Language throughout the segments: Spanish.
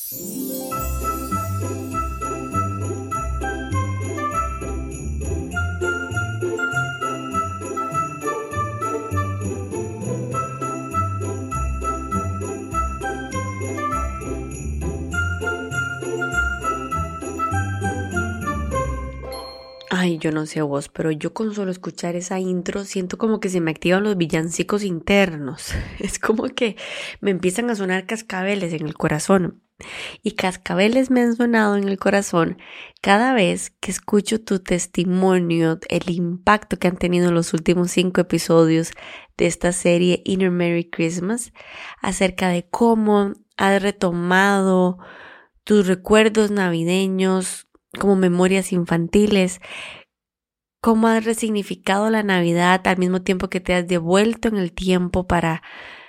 Ay, yo no sé vos, pero yo con solo escuchar esa intro siento como que se me activan los villancicos internos. Es como que me empiezan a sonar cascabeles en el corazón. Y cascabeles me han sonado en el corazón cada vez que escucho tu testimonio, el impacto que han tenido los últimos 5 episodios de esta serie Inner Merry Christmas, acerca de cómo has retomado tus recuerdos navideños como memorias infantiles, cómo has resignificado la Navidad al mismo tiempo que te has devuelto en el tiempo para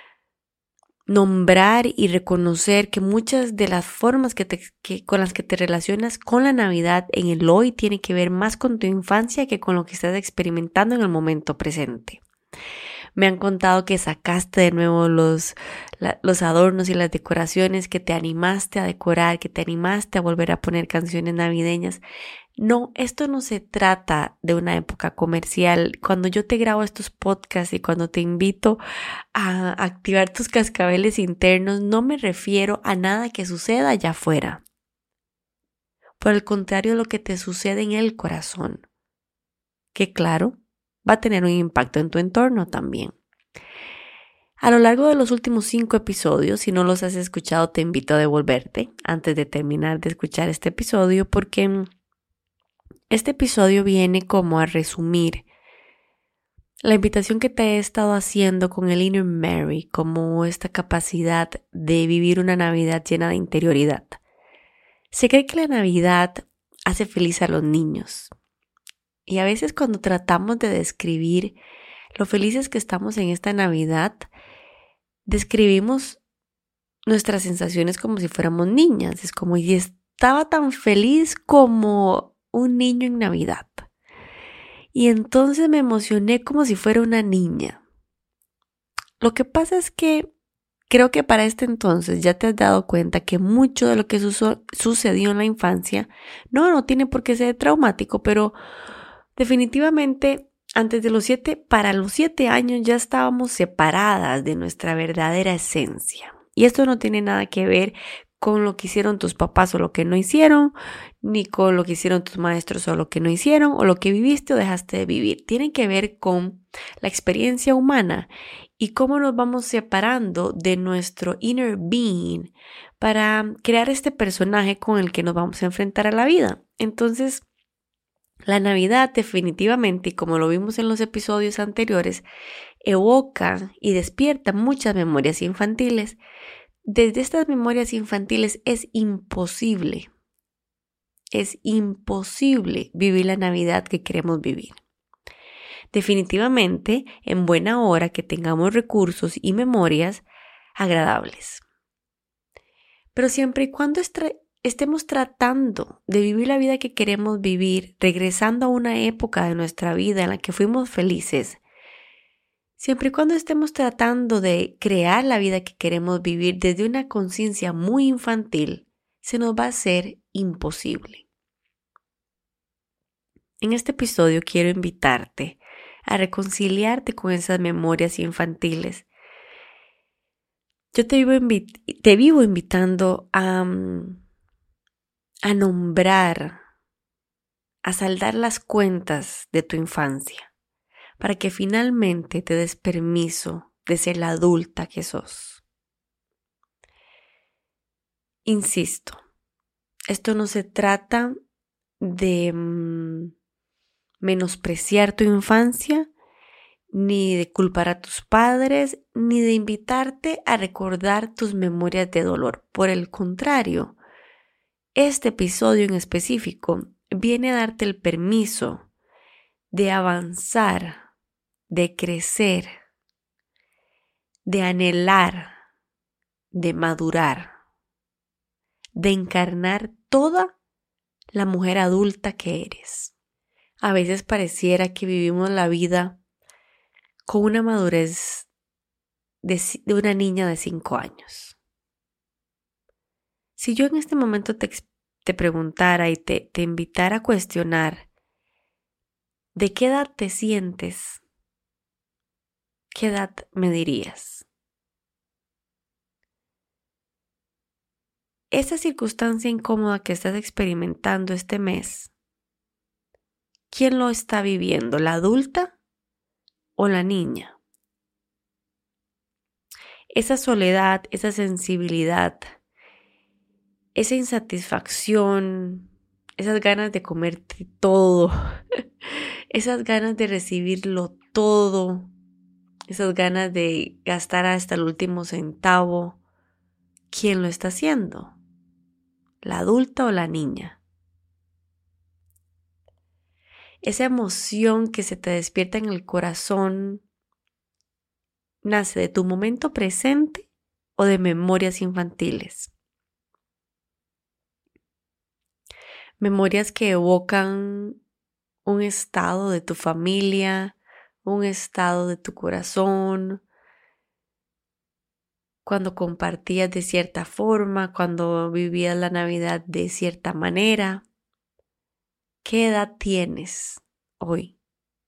nombrar y reconocer que muchas de las formas con las que te relacionas con la Navidad en el hoy tiene que ver más con tu infancia que con lo que estás experimentando en el momento presente. Me han contado que sacaste de nuevo los adornos y las decoraciones, que te animaste a decorar, que te animaste a volver a poner canciones navideñas. No, esto no se trata de una época comercial. Cuando yo te grabo estos podcasts y cuando te invito a activar tus cascabeles internos, no me refiero a nada que suceda allá afuera. Por el contrario, lo que te sucede en el corazón, que claro, va a tener un impacto en tu entorno también. A lo largo de los últimos 5 episodios, si no los has escuchado, te invito a devolverte antes de terminar de escuchar este episodio, porque este episodio viene como a resumir la invitación que te he estado haciendo con el Inner Merry, como esta capacidad de vivir una Navidad llena de interioridad. Se cree que la Navidad hace feliz a los niños. Y a veces cuando tratamos de describir lo felices que estamos en esta Navidad, describimos nuestras sensaciones como si fuéramos niñas. Es como, y estaba tan feliz como un niño en Navidad. Y entonces me emocioné como si fuera una niña. Lo que pasa es que creo que para este entonces ya te has dado cuenta que mucho de lo que sucedió en la infancia no tiene por qué ser traumático, pero definitivamente antes de para los 7 años ya estábamos separadas de nuestra verdadera esencia. Y esto no tiene nada que ver con lo que hicieron tus papás o lo que no hicieron, ni con lo que hicieron tus maestros o lo que no hicieron, o lo que viviste o dejaste de vivir. Tiene que ver con la experiencia humana y cómo nos vamos separando de nuestro inner being para crear este personaje con el que nos vamos a enfrentar a la vida. Entonces, la Navidad definitivamente, y como lo vimos en los episodios anteriores, evoca y despierta muchas memorias infantiles. Desde estas memorias infantiles es imposible vivir la Navidad que queremos vivir. Definitivamente, en buena hora que tengamos recursos y memorias agradables. Pero siempre y cuando estemos tratando de vivir la vida que queremos vivir, regresando a una época de nuestra vida en la que fuimos felices, siempre y cuando estemos tratando de crear la vida que queremos vivir desde una conciencia muy infantil, se nos va a hacer imposible. En este episodio quiero invitarte a reconciliarte con esas memorias infantiles. Yo te vivo invitando a nombrar, a saldar las cuentas de tu infancia, para que finalmente te des permiso de ser la adulta que sos. Insisto, esto no se trata de menospreciar tu infancia, ni de culpar a tus padres, ni de invitarte a recordar tus memorias de dolor. Por el contrario, este episodio en específico viene a darte el permiso de avanzar, de crecer, de anhelar, de madurar, de encarnar toda la mujer adulta que eres. A veces pareciera que vivimos la vida con una madurez de una niña de 5 años. Si yo en este momento te preguntara y te invitara a cuestionar ¿de qué edad te sientes? ¿Qué edad me dirías? Esa circunstancia incómoda que estás experimentando este mes, ¿quién lo está viviendo? ¿La adulta o la niña? Esa soledad, esa sensibilidad, esa insatisfacción, esas ganas de comerte todo, esas ganas de recibirlo todo, esas ganas de gastar hasta el último centavo, ¿quién lo está haciendo? ¿La adulta o la niña? Esa emoción que se te despierta en el corazón, ¿nace de tu momento presente o de memorias infantiles? Memorias que evocan un estado de tu familia, un estado de tu corazón, cuando compartías de cierta forma, cuando vivías la Navidad de cierta manera. ¿Qué edad tienes hoy?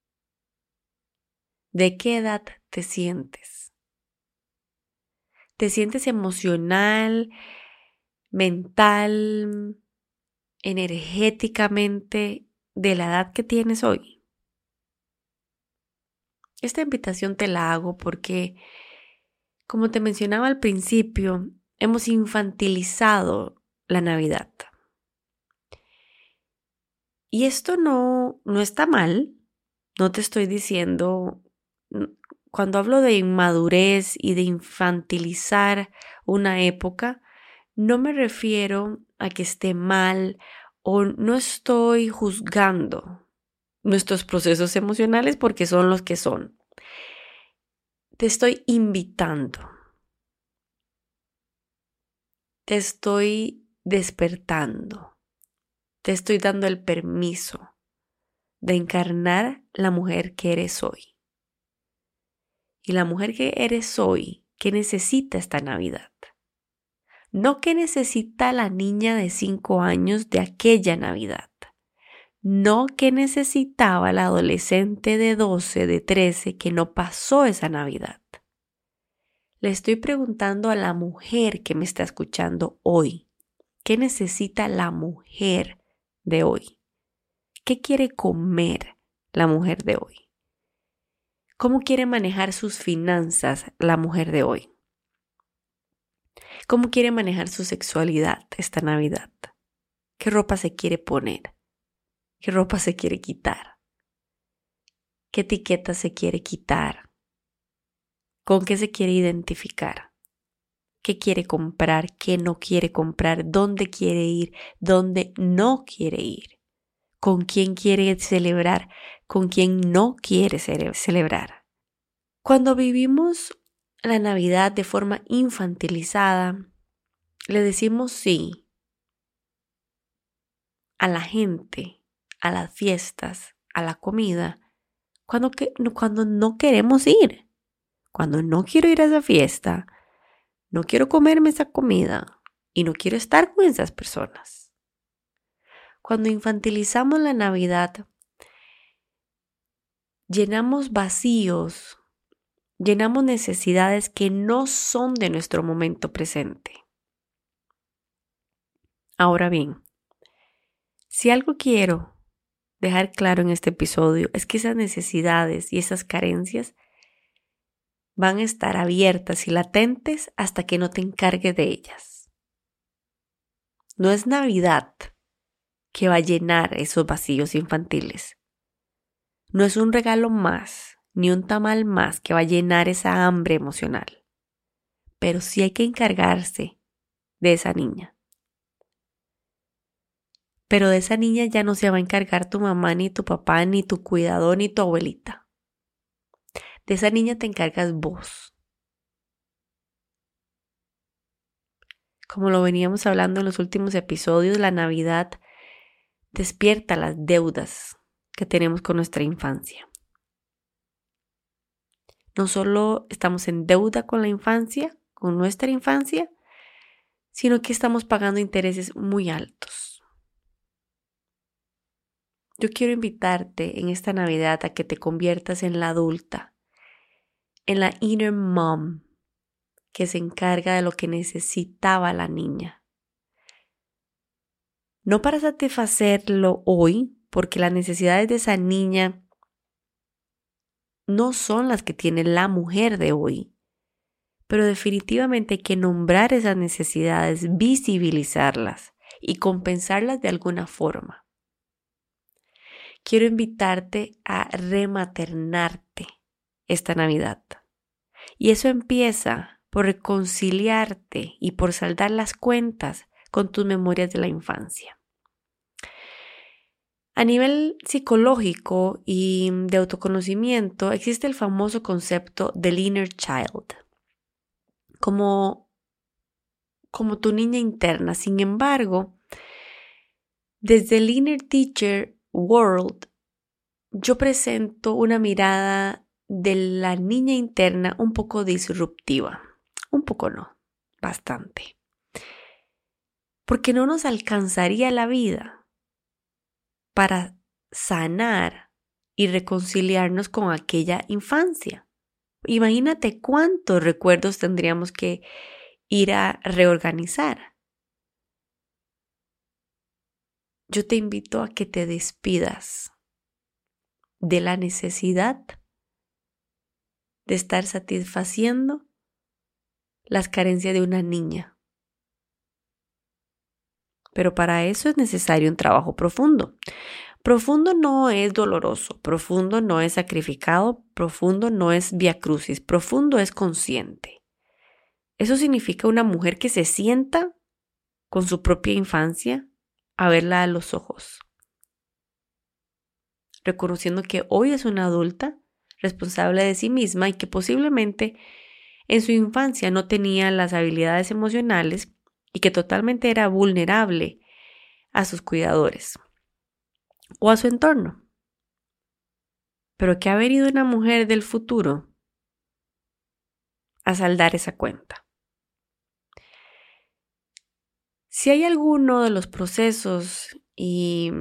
¿De qué edad te sientes? ¿Te sientes emocional, mental, energéticamente de la edad que tienes hoy? Esta invitación te la hago porque, como te mencionaba al principio, hemos infantilizado la Navidad. Y esto no está mal, no te estoy diciendo, cuando hablo de inmadurez y de infantilizar una época, no me refiero a que esté mal o no estoy juzgando nuestros procesos emocionales porque son los que son. Te estoy invitando, te estoy despertando, te estoy dando el permiso de encarnar la mujer que eres hoy. Y la mujer que eres hoy, ¿qué necesita esta Navidad? No que necesita la niña de 5 años de aquella Navidad. No que necesitaba la adolescente de 12, de 13 que no pasó esa Navidad. Le estoy preguntando a la mujer que me está escuchando hoy, ¿qué necesita la mujer de hoy? ¿Qué quiere comer la mujer de hoy? ¿Cómo quiere manejar sus finanzas la mujer de hoy? ¿Cómo quiere manejar su sexualidad esta Navidad? ¿Qué ropa se quiere poner? ¿Qué ropa se quiere quitar? ¿Qué etiqueta se quiere quitar? ¿Con qué se quiere identificar? ¿Qué quiere comprar? ¿Qué no quiere comprar? ¿Dónde quiere ir? ¿Dónde no quiere ir? ¿Con quién quiere celebrar? ¿Con quién no quiere celebrar? Cuando vivimos la Navidad de forma infantilizada, le decimos sí a la gente, a las fiestas, a la comida, cuando no queremos ir. Cuando no quiero ir a esa fiesta, no quiero comerme esa comida y no quiero estar con esas personas. Cuando infantilizamos la Navidad, llenamos vacíos, llenamos necesidades que no son de nuestro momento presente. Ahora bien, si algo quiero dejar claro en este episodio es que esas necesidades y esas carencias van a estar abiertas y latentes hasta que no te encargues de ellas. No es Navidad que va a llenar esos vacíos infantiles. No es un regalo más, ni un tamal más que va a llenar esa hambre emocional. Pero sí hay que encargarse de esa niña. Pero de esa niña ya no se va a encargar tu mamá, ni tu papá, ni tu cuidador, ni tu abuelita. De esa niña te encargas vos. Como lo veníamos hablando en los últimos episodios, la Navidad despierta las deudas que tenemos con nuestra infancia. No solo estamos en deuda con la infancia, con nuestra infancia, sino que estamos pagando intereses muy altos. Yo quiero invitarte en esta Navidad a que te conviertas en la adulta, en la inner mom, que se encarga de lo que necesitaba la niña. No para satisfacerlo hoy, porque las necesidades de esa niña no son las que tiene la mujer de hoy, pero definitivamente hay que nombrar esas necesidades, visibilizarlas y compensarlas de alguna forma. Quiero invitarte a rematernarte esta Navidad. Y eso empieza por reconciliarte y por saldar las cuentas con tus memorias de la infancia. A nivel psicológico y de autoconocimiento existe el famoso concepto del inner child, como tu niña interna. Sin embargo, desde el Inner Teacher World, yo presento una mirada de la niña interna un poco disruptiva. Un poco no, bastante. Porque no nos alcanzaría la vida para sanar y reconciliarnos con aquella infancia. Imagínate cuántos recuerdos tendríamos que ir a reorganizar. Yo te invito a que te despidas de la necesidad de estar satisfaciendo las carencias de una niña. Pero para eso es necesario un trabajo profundo. Profundo no es doloroso, profundo no es sacrificado, profundo no es vía crucis, profundo es consciente. Eso significa una mujer que se sienta con su propia infancia a verla a los ojos, reconociendo que hoy es una adulta responsable de sí misma y que posiblemente en su infancia no tenía las habilidades emocionales y que totalmente era vulnerable a sus cuidadores o a su entorno. Pero que ha venido una mujer del futuro a saldar esa cuenta. Si hay alguno de los procesos y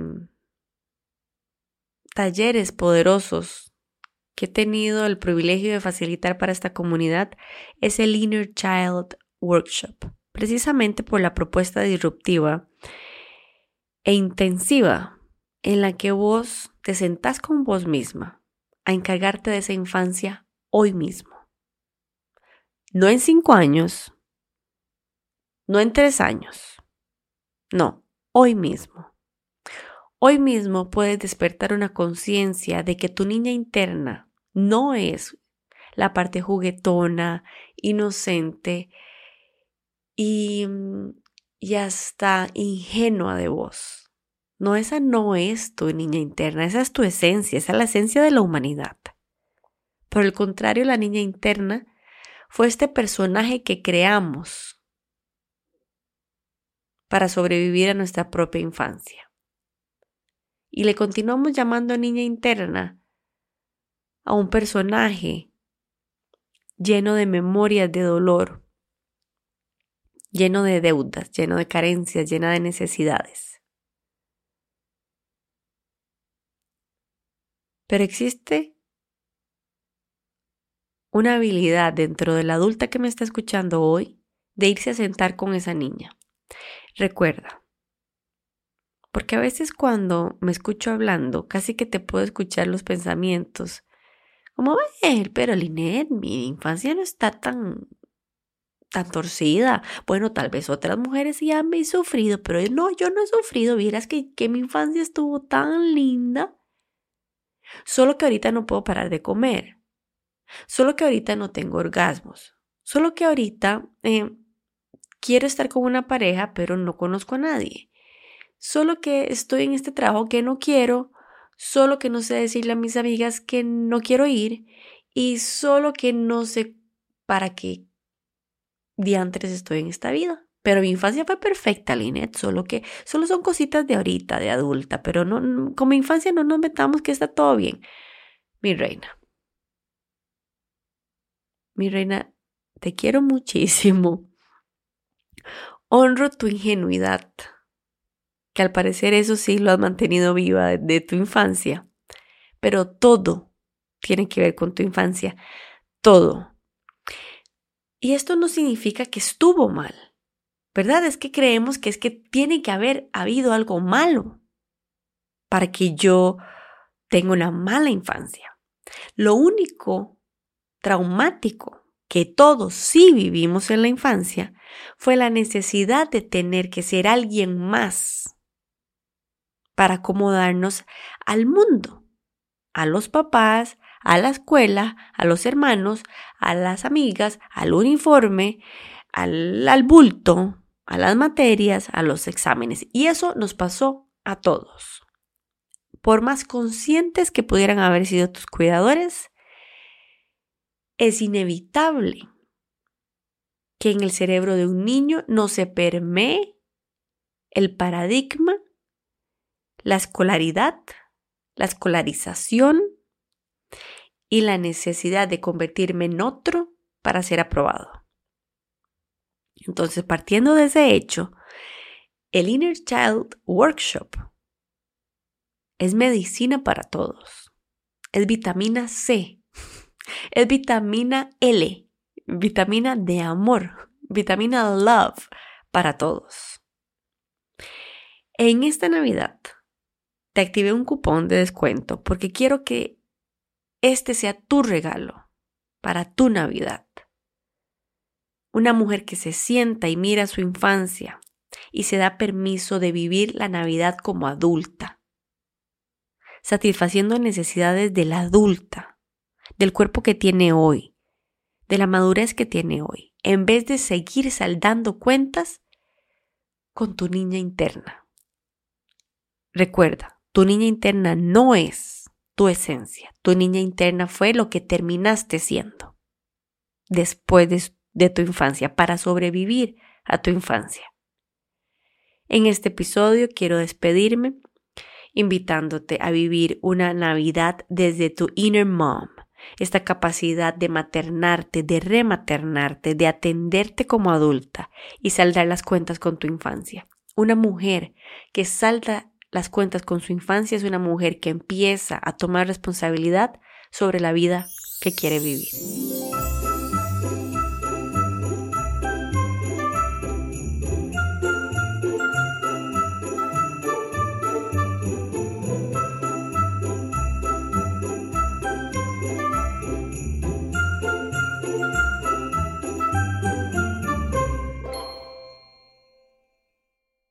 talleres poderosos que he tenido el privilegio de facilitar para esta comunidad, es el Inner Child Workshop, precisamente por la propuesta disruptiva e intensiva en la que vos te sentás con vos misma a encargarte de esa infancia hoy mismo. No en 5 años, no en 3 años, no, hoy mismo. Hoy mismo puedes despertar una conciencia de que tu niña interna no es la parte juguetona, inocente y hasta ingenua de vos. No, esa no es tu niña interna, esa es tu esencia, esa es la esencia de la humanidad. Por el contrario, la niña interna fue este personaje que creamos para sobrevivir a nuestra propia infancia. Y le continuamos llamando niña interna a un personaje lleno de memorias de dolor, lleno de deudas, lleno de carencias, llena de necesidades. Pero existe una habilidad dentro de la adulta que me está escuchando hoy de irse a sentar con esa niña. Recuerda, porque a veces cuando me escucho hablando, casi que te puedo escuchar los pensamientos. Como, pero Linet, mi infancia no está tan torcida. Bueno, tal vez otras mujeres sí han sufrido, pero no, yo no he sufrido. Vieras que mi infancia estuvo tan linda. Solo que ahorita no puedo parar de comer. Solo que ahorita no tengo orgasmos. Solo que ahorita quiero estar con una pareja, pero no conozco a nadie. Solo que estoy en este trabajo que no quiero. Solo que no sé decirle a mis amigas que no quiero ir. Y solo que no sé para qué diantres estoy en esta vida. Pero mi infancia fue perfecta, Linet, solo son cositas de ahorita, de adulta, pero no, como infancia no nos metamos que está todo bien. Mi reina, te quiero muchísimo. Honro tu ingenuidad, que al parecer eso sí lo has mantenido viva de tu infancia, pero todo tiene que ver con tu infancia, todo. Y esto no significa que estuvo mal, ¿verdad? Es que creemos que tiene que haber habido algo malo para que yo tenga una mala infancia. Lo único traumático que todos sí vivimos en la infancia fue la necesidad de tener que ser alguien más para acomodarnos al mundo, a los papás, a la escuela, a los hermanos, a las amigas, al uniforme, al bulto, a las materias, a los exámenes. Y eso nos pasó a todos. Por más conscientes que pudieran haber sido tus cuidadores, es inevitable que en el cerebro de un niño no se permee el paradigma, la escolaridad, la escolarización y la necesidad de convertirme en otro para ser aprobado. Entonces, partiendo de ese hecho, el Inner Child Workshop es medicina para todos. Es vitamina C, es vitamina L, vitamina de amor, vitamina love para todos. En esta Navidad te activé un cupón de descuento porque quiero que este sea tu regalo para tu Navidad. Una mujer que se sienta y mira su infancia y se da permiso de vivir la Navidad como adulta, satisfaciendo necesidades de la adulta, del cuerpo que tiene hoy, de la madurez que tiene hoy, en vez de seguir saldando cuentas con tu niña interna. Recuerda, tu niña interna no es tu esencia. Tu niña interna fue lo que terminaste siendo después de tu infancia, para sobrevivir a tu infancia. En este episodio quiero despedirme invitándote a vivir una Navidad desde tu inner mom, esta capacidad de maternarte, de rematernarte, de atenderte como adulta y saldar las cuentas con tu infancia. Una mujer que salda las cuentas con su infancia es una mujer que empieza a tomar responsabilidad sobre la vida que quiere vivir.